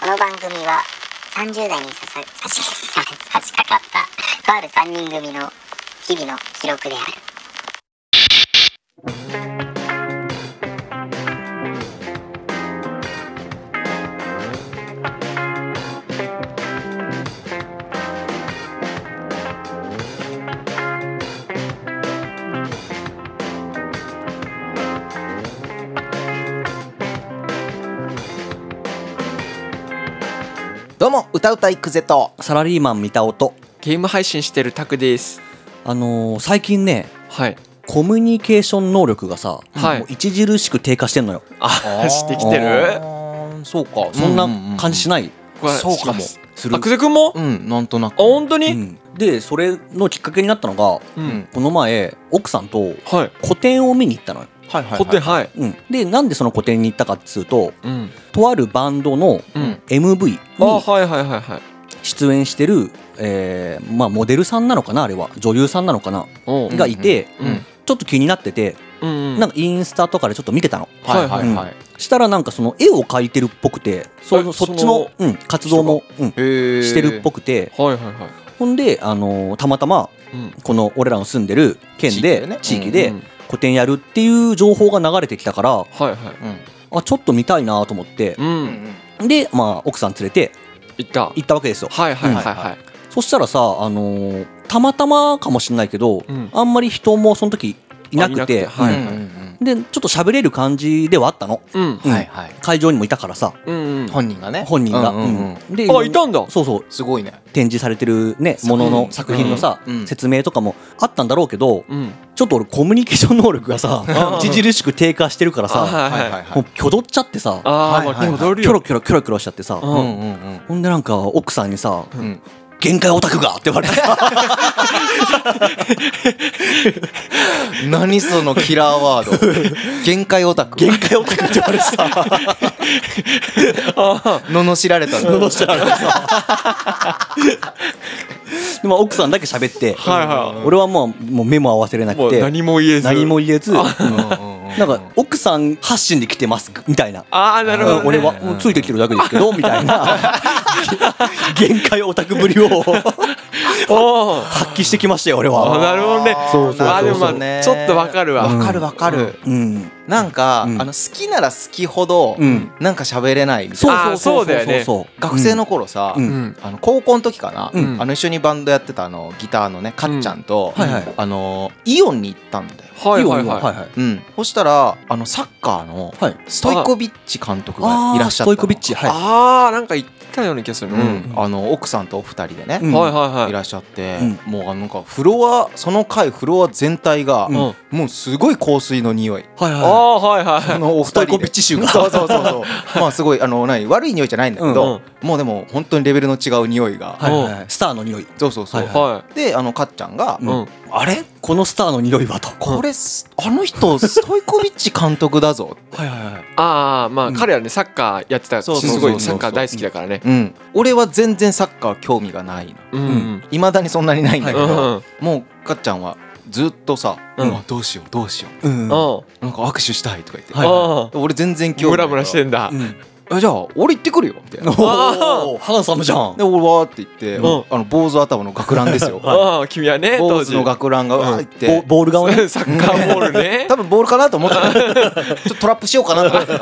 この番組は30代に差し掛かったとある3人組の日々の記録である。 どうも歌うたいくぜとサラリーマン三田音。 ゲーム配信してるタクです。 最近ね、 はい。 コミュニケーション能力がさ、 はいもう著しく低下してんのよ。 してきてる。 そうか、 そんな感じしない？ これそうかもしますする。 あ、くぜくんも？ なんとなく。 あ、本当に？ でそれのきっかけになったのが、この前奥さんとはい。 個展を見に行ったのよ。 はいはいはい。 こってはい。 でなんでその個展に行ったかっつうと、 うん。 とあるバンドのうん。 MV あ、 にはいはいはいはい。 出演してる、モデルさんなのかな、あれは女優さんなのかな、 おがいて、 うんちょっと気になってて、 うん。 なんかインスタとかでちょっと見てたの。 はいはいはい。 したらなんかその絵を描いてるっぽくて、そっちの、活動も、してるっぽくて、 はいはいはい。 ほんで、たまたまこの俺らの住んでる県で地域で個展やるっていう情報が流れてきたから、 はいはい。 あ、ちょっと見たいなと思って、でまあ奥さん連れて行った。 行ったわけですよ。 はいはいはいはい。 そしたらさ、たまたまかもしれないけど、 うんあんまり人もその時いなくて、 はいでちょっと喋れる感じではあったの。 うんはいはい。 会場にもいたからさ、 うん。 本人がね。 本人が。であ、いたんだ。 そうそう、 すごいね。 展示されてるねものの作品のさ、説明とかもあったんだろうけど、ちょっと俺コミュニケーション能力がさ著しく低下してるからさ、もう挙動っちゃってさ、キョロキョロしちゃってさ、ほんでなんか奥さんにさ、限界オタクがって言われてさ何そのキラーワード。限界オタク。 限界オタクって言われてさ罵られたんだ。 罵られてさでも奥さんだけ喋って、俺はもう目も合わせれなくて何も言えずなんか奥さん発信で来てますみたいな。 ああ、なるほど、ね。 俺はもうついてきてるだけですけどみたいな限界オタクぶりを発揮してきましたよ俺は。 なるほどね。 そうあ、でもまあちょっとわかるわ。 わかる。なんか好きなら好きほどなんか喋れないみたいな。 そうだよね。 学生の頃さ、高校の時かな、一緒にバンドやってたギターのねかっちゃんとイオンに行ったんだよ。 はいはいはい。 そしたらサッカーのストイコビッチ監督がいらっしゃったの。 ストイコビッチ、はい。 ああ、なんか言ったような気がする。 奥さんとお二人でねいらっしゃって、もうなんかその回フロア全体がもうすごい香水の匂い。 ストイコビッチ臭が。 そうまあすごい悪い匂いじゃないんだけど、もうでも本当にレベルの違う匂いが、 スターの匂い。 そうでかっちゃんがあれこのスターの匂いはと、 これあの人ストイコビッチ監督だぞ。 ああ、まあ彼はねサッカーやってたし、すごいサッカー大好きだからね。 俺は全然サッカー興味がないの。未だにそんなにないんだけど、もうかっちゃんはずっとさ、どうしようなんか握手したいとか言って、俺全然興味ないからムラムラしてんだ。 じゃあ俺行ってくるよみたいな。 ハンサムじゃん。 で俺わーって言って坊主頭の学ランですよ。 君はね、 坊主の学ランがわーってボール側ね。 サッカーボールね。 多分ボールかなと思った。ちょっとトラップしようかなと思って。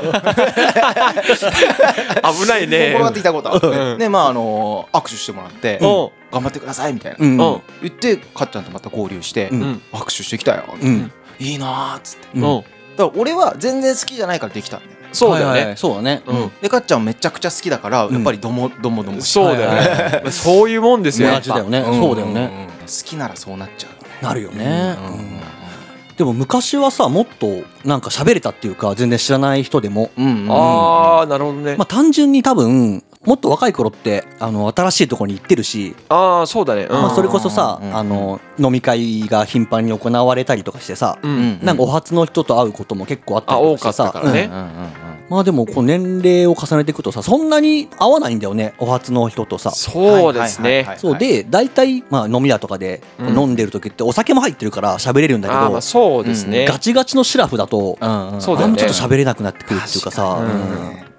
危ないね。 転がってきたことあって、でまあ握手してもらって頑張ってくださいみたいな言ってかっちゃんとまた合流して握手してきたよ。いいなーっつって。だから俺は全然好きじゃないからできたんだよね。 そうだよね。 そうだね。 でかっちゃんめちゃくちゃ好きだからやっぱりどもどもそうだよね。そういうもんですよ。 マジだよね。そうだよね。 好きならそうなっちゃうよね。 なるよね。でも昔はさ、もっとなんか喋れたっていうか、全然知らない人でも、 ああ、なるほどね。 まあ単純に多分もっと若い頃って新しいところに行ってるし、 ああそうだね。 まあそれこそさ飲み会が頻繁に行われたりとかしてさ、なんかお初の人と会うことも結構あったりとかしてさ、まあでもこう年齢を重ねていくとさ、そんなに合わないんだよね、お初の人とさ。 そうですね。 そうで大体まあ飲み屋とかで飲んでる時ってお酒も入ってるから喋れるんだけど、 そうですね。 ガチガチのシラフだとそうだよね。 ちょっと喋れなくなってくるっていうかさ。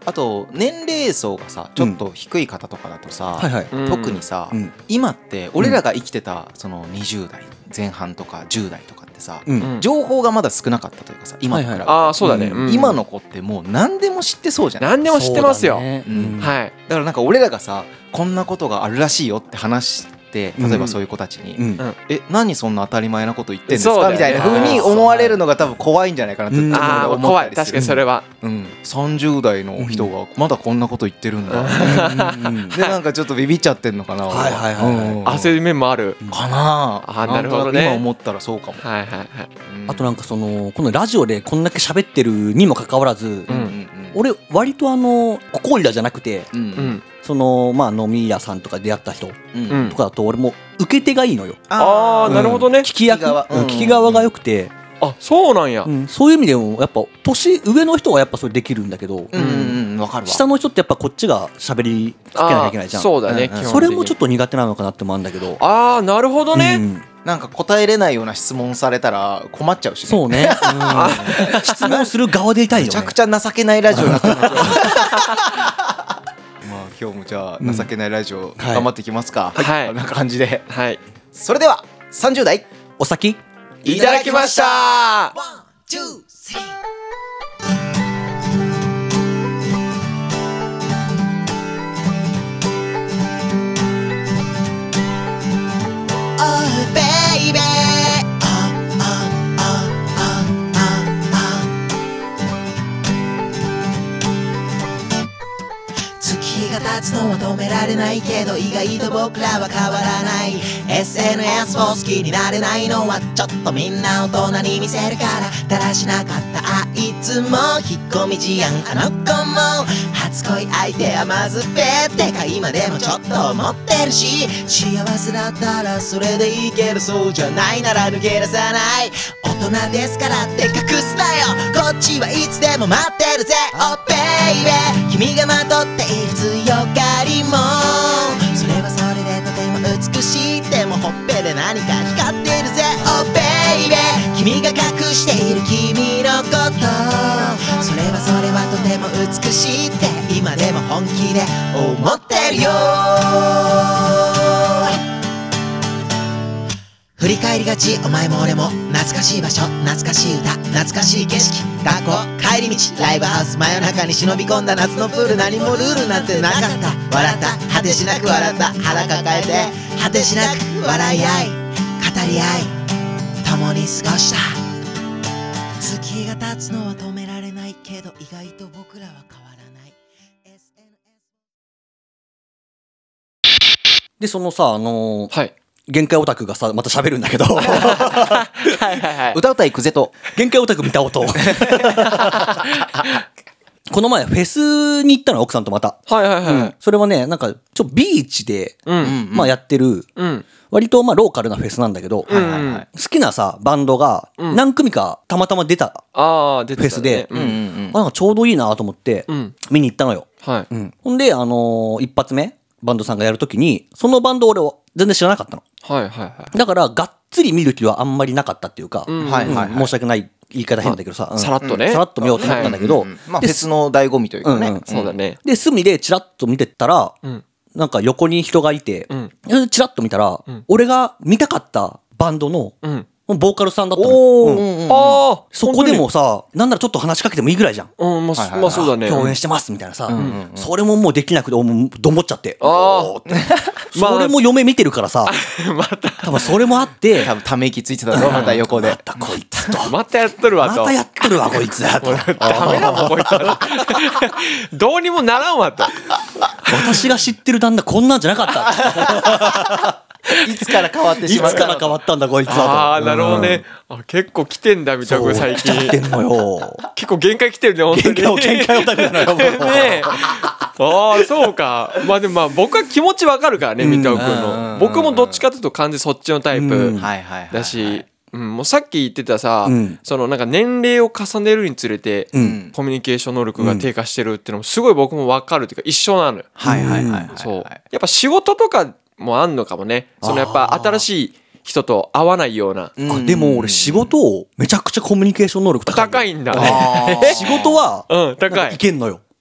あと年齢層がさちょっと低い方とかだとさ、特にさ、今って俺らが生きてたその20代前半とか10代とかってさ、情報がまだ少なかったというかさ、今の子ら、 そうだね、 今の子ってもう何でも知ってそうじゃん。 何でも知ってますよ。はい。 だからなんか俺らがさこんなことがあるらしいよって話して、例えばそういう子たちに何そんな当たり前なこと言ってんですかみたいな風に思われるのが多分怖いんじゃないかなって思ったりする。 確かにそれは 30代の人がまだこんなこと言ってるんだでなんかちょっとビビっちゃってんのかな、 焦り面もあるかな。 なるほどね。 今思ったらそうかも。 あとなんかそのこのラジオでこんだけ喋ってるにもかかわらず、俺割とここいらじゃなくて、そのまあ飲み屋さんとか出会った人とかだと俺も受け手がいいのよ。 なるほどね。 聞き側が良くて。 そうなんや。 そういう意味でもやっぱ年上の人はやっぱそれできるんだけど、下の人ってやっぱこっちが喋りかけなきゃいけないじゃん。 そうだね。 それもちょっと苦手なのかなってもあるんだけど。 なるほどね。 なんか答えれないような質問されたら困っちゃうしね。 そうね。質問する側でいたいよね。 めちゃくちゃ情けないラジオになってる。まあ今日もじゃあ情けないラジオ頑張っていきますか。こんな感じで。それでは30代お先いただきました。 立つのは止められないけど意外と僕らは変わらない。 SNS を好きになれないのはちょっとみんな大人に見せるから。だらしなかったあいつも引っ込み思案あの子も初恋相手はまずべってか今でもちょっと思ってるし、幸せだったらそれでいいけどそうじゃないなら抜け出さない。大人ですからって隠すなよ、こっちはいつでも待ってるぜ。 Oh baby 君がまとっている強がりもそれはそれでとても美しい。でもほっぺで何か光ってるぜ。 Oh baby 君が隠している君のことそれはとても美しいって今でも本気で思ってるよ。振り返りがちお前も俺も懐かしい場所懐かしい歌懐かしい景色学校帰り道ライブハウス真夜中に忍び込んだ夏のプール何もルールなんてなかった。笑った果てしなく笑った腹抱えて果てしなく笑い合い語り合い共に過ごした。月が経つのは止められないけど意外と僕らは変わらない。 でそのさ限界オタクがさまた喋るんだけど歌うたいくぜと限界オタク見た音この前フェスに行ったの奥さんとまた。それはねなんかビーチでまあやってる割とまあローカルなフェスなんだけど、好きなさバンドが何組かたまたま出たフェスでなんかちょうどいいなと思って見に行ったのよ。ほんで一発目バンドさんがやるときにそのバンド俺は全然知らなかったの。だからがっつり見る気はあんまりなかったっていうか、申し訳ない言い方変だけどさ、 さらっとねさらっと見ようと思ったんだけど、 まあフェスの醍醐味というかね。 そうだね。 で隅でチラッと見てったらなんか横に人がいてチラッと見たら俺が見たかったバンドのボーカルさんだったの。そこでもさなんならちょっと話しかけてもいいぐらいじゃん。 まあそうだね。 共演してますみたいなさ、それももうできなくてどもっちゃって、それも嫁見てるからさ多分それもあって多分ため息ついてたぞまた横で。 またこいつとまたやっとるわと。 またやっとるわこいつだと。 ダメだもんこいつは。どうにもならんわと。 私が知ってる旦那こんなんじゃなかったいつから変わってしまった。 いつから変わったんだこいつはと。 なるほどね。結構来てんだみたいな最近。 来てんのよ。 結構限界来てるね本当に。 限界オタクなのよ。 ねそうか。まあでも僕は気持ちわかるからね三田君の。僕もどっちかというと完全そっちのタイプだし。もうさっき言ってたさ、そのなんか年齢を重ねるにつれて、コミュニケーション能力が低下してるっていうのもすごい僕も分かるっていうか一緒なのよ。そうやっぱ仕事とかもあんのかもね。そのやっぱ新しい人と会わないような。 でも俺仕事をめちゃくちゃコミュニケーション能力高い。 高いんだ。 仕事は高い。いけんのよ。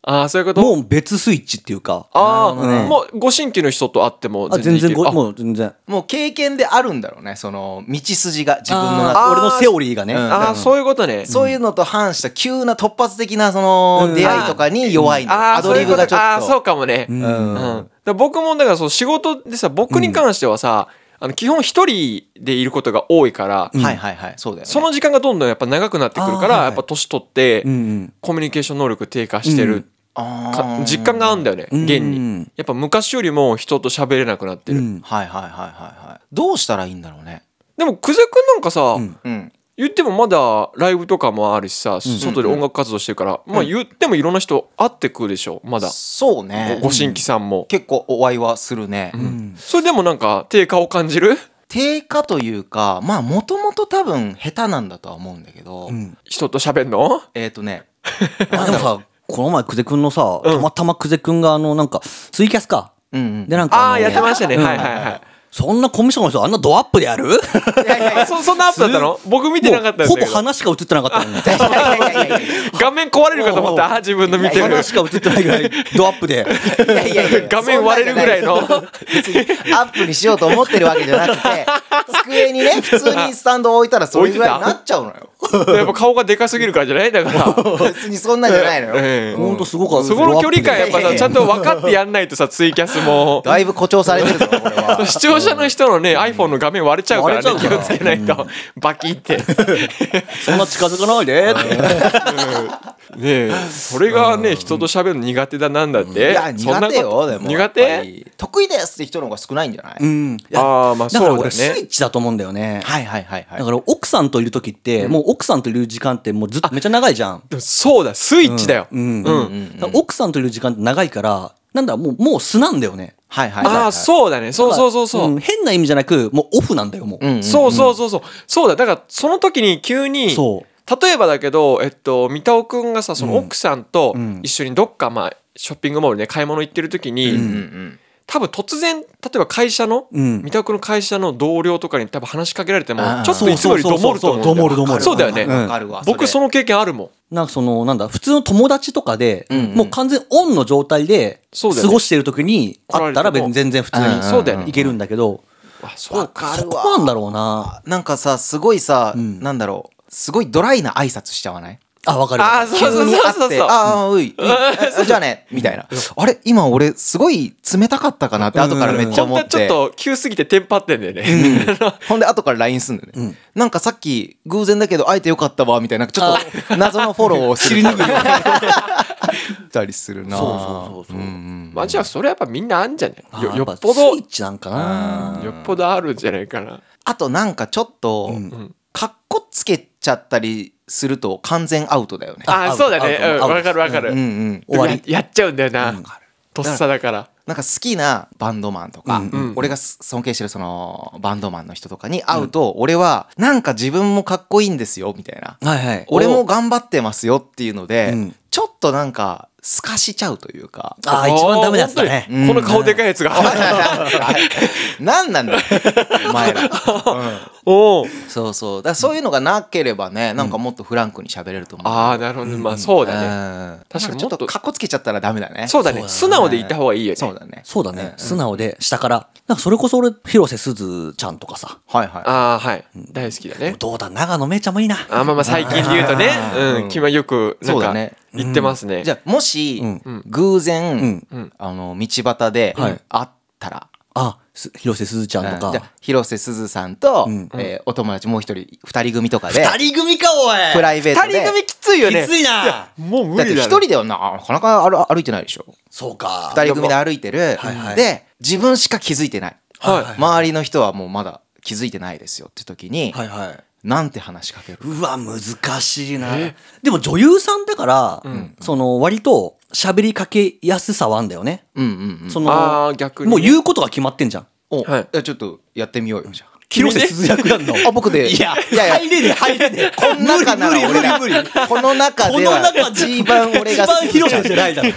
ああ、そういうこと。 もう別スイッチっていうか。 ああ、もうご新規の人と会っても全然もう全然。 もう経験であるんだろうね、その道筋が自分の中。俺のセオリーがね。 ああ、そういうことね。 そういうのと反した急な突発的なその出会いとかに弱いの。アドリブがちょっと。 ああ、そうかもね。僕もだからその仕事でさ、僕に関してはさ、基本一人でいることが多いから、 はいはいはい、そうだよね。 その時間がどんどんやっぱ長くなってくるから、やっぱ年取ってコミュニケーション能力低下してる実感があるんだよね、現に。やっぱ昔よりも人と喋れなくなってる。 はいはいはいはい。どうしたらいいんだろうね。 でも久世くんなんかさ、言ってもまだライブとかもあるしさ、外で音楽活動してるから、まあ言ってもいろんな人会ってくるでしょ、まだ。 そうね。 ご新規さんも結構お会いはするね。 それでもなんか低下を感じる？ 低下というか、まあもともと多分下手なんだとは思うんだけど、 人と喋んの？ ねでもさ、この前久世くんのさ、たまたま久世くんがなんかツイキャスかでなんかやってましたね。はいはいはい。 そんなコミッションの人あんなドアップでやる？ いやいや、そんなアップだったの？僕見てなかったんですけど。 ほぼ鼻しか映ってなかったのに。 画面壊れるかと思った。自分の見てる。 鼻しか映ってないぐらいドアップで。 画面割れるぐらいの。 別にアップにしようと思ってるわけじゃなくて、机にね普通にスタンドを置いたらそれぐらいになっちゃうのよ。 やっぱ顔がでかすぎるからじゃない？だから別にそんなんじゃないのよ。 ほんとすごかった。 そこの距離感やっぱさ、ちゃんと分かってやんないとさ、ツイキャスもだいぶ誇張されてるぞこれは。 視聴者の人のね iPhone の画面割れちゃうからね、気をつけないとバキってそんな近づかないでってねえ、それがね人と喋るの苦手だなんだって。 いや苦手よ。でも苦手？ 得意ですって人の方が少ないんじゃない？ ああ、まあそうだね。 だから俺スイッチだと思うんだよね。 はいはいはいはい。 だから奥さんといる時ってもう奥さんといる時間ってもうずっとめっちゃ長いじゃん。 そうだ、スイッチだよ。 奥さんといる時間って長いからなんだもう素なんだよね。 はいはい。 ああ、そうだね。そう変な意味じゃなくもうオフなんだよもう。 そうだ。だからその時に急に例えばだけど三田尾くんがさ、その奥さんと一緒にどっかまあショッピングモールで買い物行ってる時に多分突然例えば会社の三田尾くんの会社の同僚とかに多分話しかけられてもちょっといつもよりどもると思うんだよ。そうだよね。僕その経験あるもん。 なんかなんだ普通の友達とかでもう完全オンの状態で過ごしてる時に会ったら全然普通にいけるんだけど、 わかるわ。 そこなんだろうな。 なんかさすごいさなんだろう、すごいドライな挨拶しちゃわない？ あ、わかる。 急に会って、うい、じゃあねみたいな。あれ今俺すごい冷たかったかなって後からめっちゃ思って。 ちょっと急すぎてテンパってんだよね。 ほんで後から LINE すんだよね。なんかさっき偶然だけど会えてよかったわみたいな、ちょっと謎のフォローをするたりするな。 そう。 まあじゃあそれやっぱみんなあんじゃね。よっぽどスイッチなんかな。 よっぽどあるんじゃないかな。 あとなんかちょっとかっこつけちゃったりすると完全アウトだよね。 あ、そうだね。わかるわかる。終わりやっちゃうんだよな。とっさだから。 なんか好きなバンドマンとか、俺が尊敬してるそのバンドマンの人とかに会うと、俺はなんか自分もかっこいいんですよみたいな、俺も頑張ってますよっていうので、ちょっとなんか透かしちゃうというか。 ああ、一番ダメだったね。 この顔でかいやつが。 なんなんだよお前ら。そうそう。だからそういうのがなければね、なんかもっとフランクに喋れると思う。 ああ、なるほど。まあそうだね。 確かにちょっとかっこつけちゃったらダメだね。 そうだね。素直でいた方がいいよね。 そうだね。素直で下から。なんかそれこそ俺広瀬すずちゃんとかさ。 はいはい。 ああ、はい。大好きだね。 どうだ、長野めいちゃんもいいな。 あ、まあ最近で言うとね。君はよくなんか言ってますね。 じゃあもし偶然道端で会ったら、 広瀬すずちゃんとか、 じゃあ広瀬すずさんとお友達もう一人2人組とかで、 2人組かおい、 プライベートで。 2人組きついよね。 きついな。 もう無理だ。 だって1人ではなかなか歩いてないでしょ。 そうか。 2人組で歩いてる。で自分しか気づいてない、周りの人はもうまだ気づいてないですよって時に、なんて話しかける？ うわ、難しいな。でも女優さんだからその割と喋りかけやすさはあんだよね。その逆にもう言うことが決まってんじゃん。 ちょっとやってみようよ。じゃあ広瀬すず役やんの？ 僕で。 いや入れねこの中なら俺ら、この中では一番俺が一番広瀬じゃないだろ。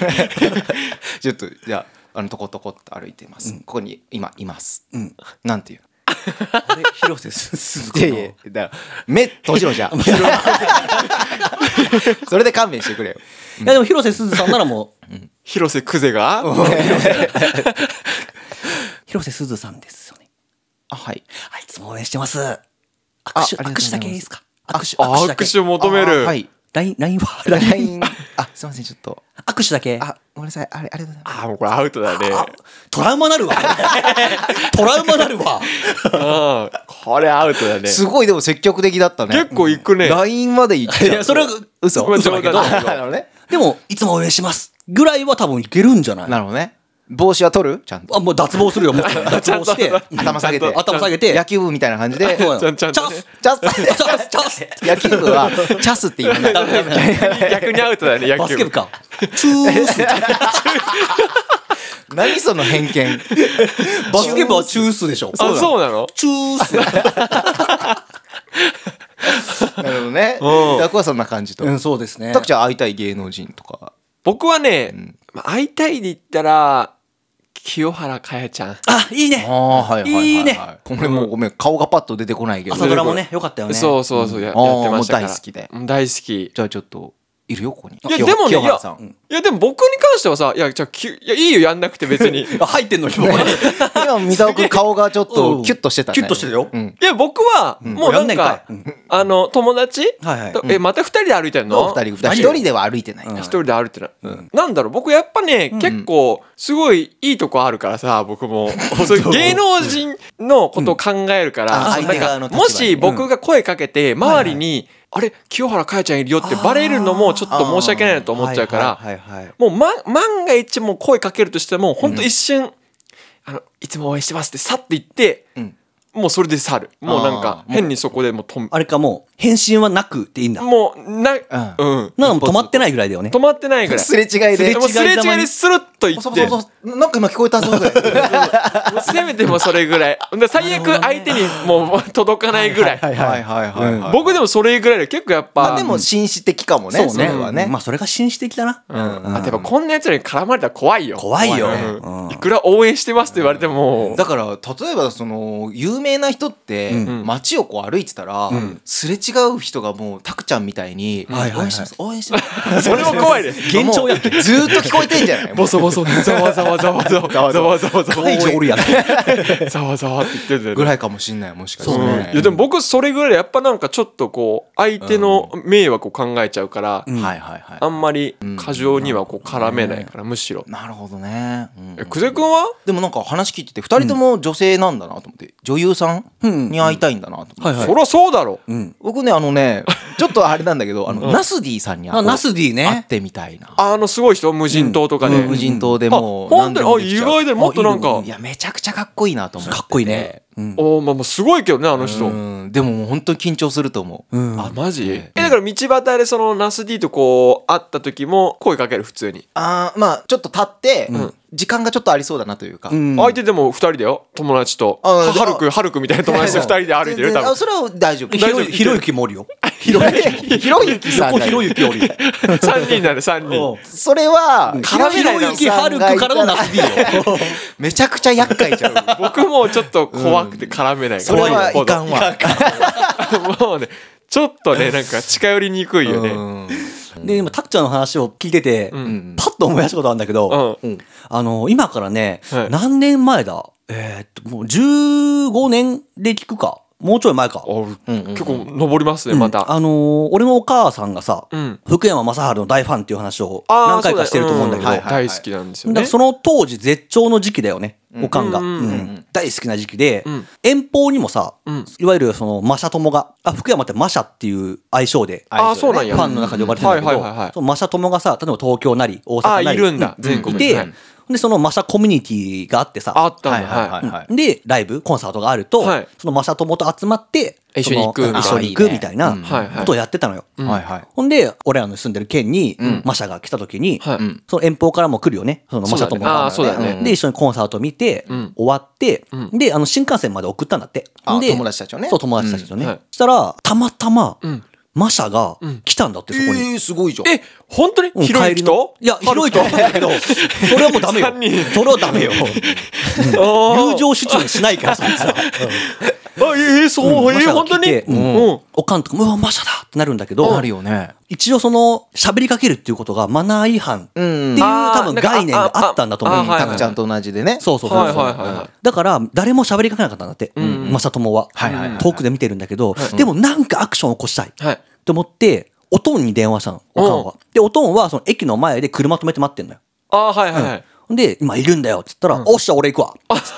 ちょっとじゃあトコトコって歩いてます。ここに今います。なんていう？ あれ広瀬すずかな。 いやいやだから目閉じろじゃんそれで勘弁してくれよ。 いやでも広瀬すずさんならもう広瀬クゼが広瀬すずさんですよね。 あはいあいつも応援してます。 あ握ありがとうございます手だけいいですか。 握手を求める。 はい LINE は LINE あすいませんちょっと握手だけ。 ごめんなさいありがとうございます。 もうこれアウトだね。 トラウマなるわトラウマなるわ。 これアウトだね。 すごいでも積極的だったね。 結構行くね。 LINE まで行っちゃう。 いやそれは嘘まあ冗談だけどなるほどね。 でもいつも応援しますぐらいは多分いけるんじゃない。 なるほどね。帽子は取るちゃんともう脱帽するよ。もちろん脱帽して頭下げて頭下げて野球部みたいな感じでそうちゃんとねチャス野球部はチャスって言わない。 逆にアウトだね。野球バスケ部か。チュース。 何その偏見。 バスケ部はチュースでしょ。 そうなの？ チュース。 なるほどね。タクはそんな感じと。 そうですね。 タクちゃん会いたい芸能人とか。 僕はね、会いたいで言ったら清原果耶ちゃん。 あ、いいね。 はいいね。 これもうごめん顔がパッと出てこないけど。 朝ドラもねよかったよね。 そうやってましたから。 大好きで。 大好き。 じゃあちょっといるよここに。 いやでもねいやでも僕に関してはさ、いやいいよやんなくて別に。 入ってんの今三田尾君顔がちょっとキュッとしてたね。 キュッとしてるよ。 いや僕はもうなんか友達また2人で歩いてんの ？2人では歩いてない。 1人で歩いてない。なんだろう僕やっぱね結構すごいいいとこあるからさ、僕もそういう芸能人のことを考えるからもし僕が声かけて周りにあれ清原果耶ちゃんいるよってバレるのもちょっと申し訳ないなと思っちゃうからもう万が一も声かけるとしてもほんと一瞬いつも応援してますってさって言ってもうそれで去る。もうなんか変にそこでもうあれかもう返信はなくていいんだ。 もうなんかもう止まってないぐらいだよね。 止まってないぐらい。 すれ違いで。 すれ違いでスルッと言って。 そうなんか今聞こえたぞぐらい。 せめてもそれぐらい。最悪相手にもう届かないぐらい。僕でもそれぐらいで結構やっぱ。 でも紳士的かもね。 そうね。まあそれが紳士的だな。 あとやっぱこんなやつらに絡まれたら怖いよ。 怖いよ。 いくら応援してますって言われても。 だから例えばその有名な人って街をこう歩いてたらすれ違う人がもうタクちゃんみたいに応援してます応援してます。 それも怖いね。 幻聴やんけ。 ずーっと聞こえてんじゃない。 ボソボソざわざわざわざわざわざわざわざわおるやん。 ざわざわって言ってるぐらいかもしんないもしかしてね。 いやでも僕それぐらいやっぱなんかちょっとこう相手の迷惑を考えちゃうからあんまり過剰にはこう絡めないからむしろ。 なるほどね。 久世君はでもなんか話聞いてて2人とも女性なんだなと思って女優さんに会いたいんだなと思って。 そりゃそうだろ。 僕ねちょっとあれなんだけどナスディさんにナスディね会ってみたいな。 すごい人無人島とかで。 無人島でもう本当に意外でもっとなんかいやめちゃくちゃかっこいいなと思って。 かっこいいね。 まあすごいけどねあの人。 でももう本当に緊張すると思う。 マジ？だから道端でそのナス D とこう会った時も声かける普通に。 まあちょっと立って時間がちょっとありそうだなというか。 相手でも2人だよ友達と。はるくみたいな友達と2人で歩いてる多分。 それは大丈夫。 ひろゆきもおるよ。 ひろゆきさん。 ひろゆきおるよ。 3人なんで3人。 それはひろゆきはるくからのナス D よ。 めちゃくちゃ厄介じゃん。 僕もちょっと怖くて絡めないから。 それはいかんわ。 もうねちょっとねなんか近寄りにくいよね。 で今タクちゃんの話を聞いててパッと思い出したことあるんだけど今からね何年前だもう15年で聞くかもうちょい前か。 結構登りますねまた。 俺のお母さんがさ福山雅治の大ファンっていう話を何回かしてると思うんだけど大好きなんですよね。 その当時絶頂の時期だよねおかんが大好きな時期で遠方にもさいわゆるそのマシャ友が福山ってマシャっていう愛称でファンの中で呼ばれてるんだけどマシャ友がさ例えば東京なり大阪なりいるんだ全国ででそのマシャコミュニティがあってさあったんだでライブコンサートがあるとそのマシャ友と集まって一緒に行くみたいなことをやってたのよ。ほんで俺らの住んでる県にマシャが来た時にその遠方からも来るよねそのマシャ友が。で一緒にコンサート見て終わってで新幹線まで送ったんだって。 友達たちをね。 そう友達たちとね。そしたらたまたまマシャが来たんだって、そこに。 すごいじゃん。 本当に広い人？ いや、広い人なんだけど、それはもうダメよ。それはダメよ。友情出演しないから、そいつら。 そう、本当におかんとかも、うわ、マシャだってなるんだけど、 あるよね。 一応その、喋りかけるっていうことがマナー違反っていう多分概念があったんだと思う。 タクちゃんと同じでね。 そう。だから、誰も喋りかけなかったんだって、マシャ友は。遠くで見てるんだけど、でもなんかアクションを起こしたいと思って、おとんに電話したの、おかんは。で、おとんはその駅の前で車止めて待ってんのよ。で、今いるんだよって言ったら、おっしゃ、俺行くわつって、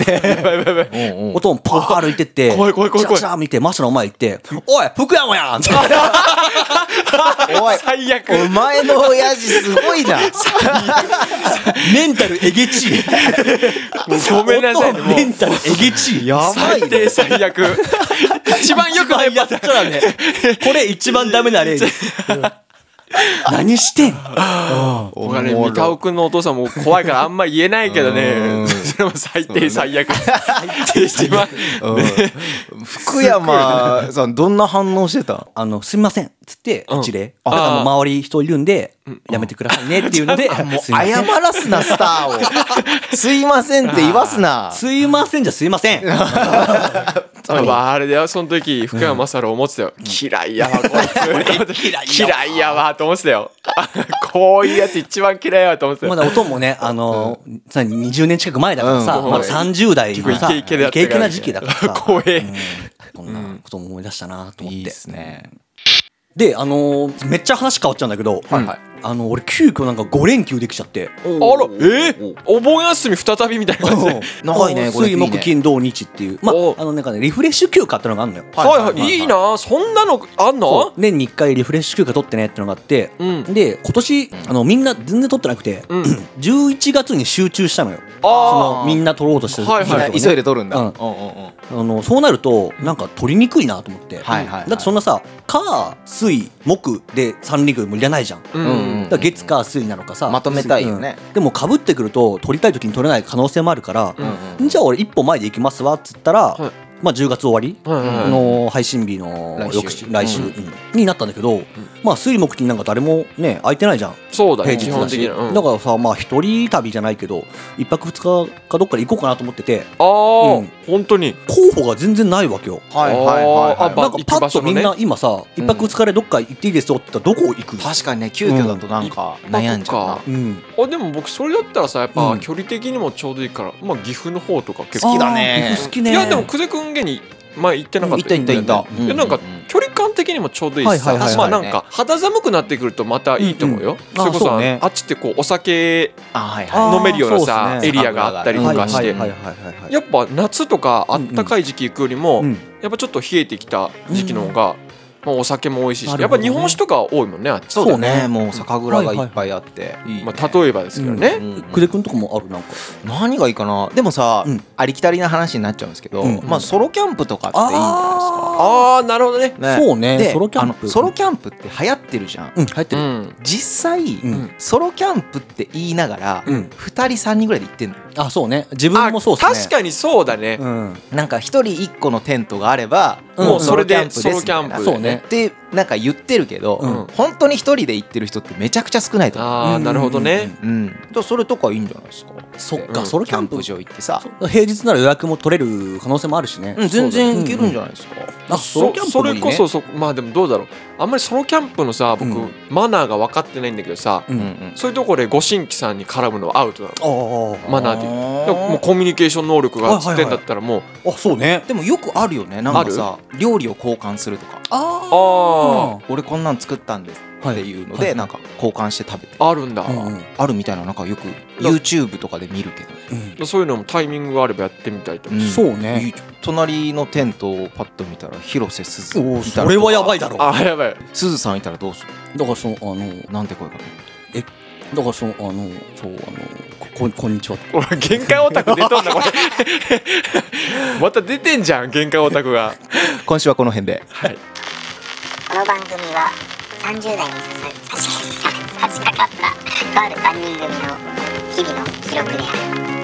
おとんパー歩いてって、 怖い。 シャシャ見て、マシャの前行って、おい、福山やんって。 おい、 最悪。 お前の親父すごいな。 メンタルえげちい。 ごめんなさいね。 メンタルえげちい。 やばい最低最悪。一番よくないやったらね、これ一番ダメな例です。何してん？ 僕はね、三田尾くんのお父さんも怖いからあんま言えないけどね、それも最低最悪。一番。 福山さんどんな反応してた？ すみませんっつって一礼。だからもう周り人いるんでやめてくださいねっていうので、 もう謝らすなスターを。すいませんって言わすな。 すいませんじゃすいません。 あれだよ、その時福山雅治思ってたよ。嫌いやわこいつ。嫌いやわと思ってたよ。こういうやつ一番嫌いやわと思ってたよ。 まだ音もね、20年近く前だからさ、まだ30代のさ、イケイケな時期だからさ、 怖え。 こんなことも思い出したなと思って。 いいですね。 で、めっちゃ話変わっちゃうんだけど、俺急遽なんか5連休できちゃって。 あら、お盆休み再びみたいな感じで。 長いね、 水木金土日っていう、まあなんかねリフレッシュ休暇ってのがあるのよ。 いいな、そんなのあんの？ 年に1回リフレッシュ休暇取ってねってのがあって、で今年みんな全然取ってなくて、11月に集中したのよ。そのみんな取ろうとしてる。 急いで取るんだ。 そうなるとなんか取りにくいなと思って。だってそんなさ、火水木で3連休もいらないじゃん。だから月火水なのかさ、 まとめたいよね。 でも被ってくると取りたい時に取れない可能性もあるから、じゃあ俺一歩前で行きますわっつったら、まあ10月終わりの配信日の来週になったんだけど、まあ水木金なんか誰もね空いてないじゃん。 そうだね、 平日だし。だからさ、まあ一人旅じゃないけど1泊2日かどっかで行こうかなと思ってて、 本当に候補が全然ないわけよ。なんかパッとみんな今さ1泊2日でどっか行っていいですよって言ったらどこ行く？ 確かにね、急遽だとなんか悩んじゃうな。 でも僕それだったらさ、やっぱ距離的にもちょうどいいから、まあ岐阜の方とか結構好きだね。 岐阜好きね。 いやでも久世くん家に前行ってなかった。 行った。 でなんか距離感的にもちょうどいいしさ、まあなんか肌寒くなってくるとまたいいと思うよ。それこそあっちってこうお酒飲めるようなさエリアがあったりとかして、やっぱ夏とかあったかい時期行くよりもやっぱちょっと冷えてきた時期の方がお酒も美味しいし、やっぱ日本酒とか多いもんね、あっち。 そうね、もう酒蔵がいっぱいあって、 まあ例えばですけどね。 久世くんとかもある？なんか何がいいかな。でもさ、ありきたりな話になっちゃうんですけど、まあソロキャンプとかっていいんじゃないですか。 なるほどね。 そうね。ソロキャンプって流行ってるじゃん。 流行ってる。 実際ソロキャンプって言いながら2人3人ぐらいで行ってんのよ。 あ、そうね。自分もそうっすね。 確かにそうだね。 なんか1人1個のテントがあればもうそれでソロキャンプ。 そうね。 ってなんか言ってるけど、本当に1人で行ってる人ってめちゃくちゃ少ないと思う。 なるほどね。 それとかいいんじゃないですか。 そっか、ソロキャンプ場行ってさ、 平日なら予約も取れる可能性もあるしね。 全然行けるんじゃないですか。 それこそまあでもどうだろう、あんまりソロキャンプのさ、僕マナーが分かってないんだけどさ、そういうところでご新規さんに絡むのはアウトなの。マナーでもうコミュニケーション能力がつってんだったらもう。 そうね。 でもよくあるよね。なんかさ、料理を交換するとか、俺こんなん作ったんですっていうのでなんか交換して食べてあるんだ。 あるみたいな、なんかよく YouTube とかで見るけどね。 そういうのもタイミングがあればやってみたいと。 そうね。 隣のテントをパッと見たら広瀬すずいたら、 それはやばいだろ。 やばい。 すずさんいたらどうする？ だからそのなんて声かける？ だからそうこんにちは。 俺限界オタク出とんだこれ。また出てんじゃん限界オタクが。 今週はこの辺で。 この番組は30代に差し掛かったとある3人組の日々の記録である。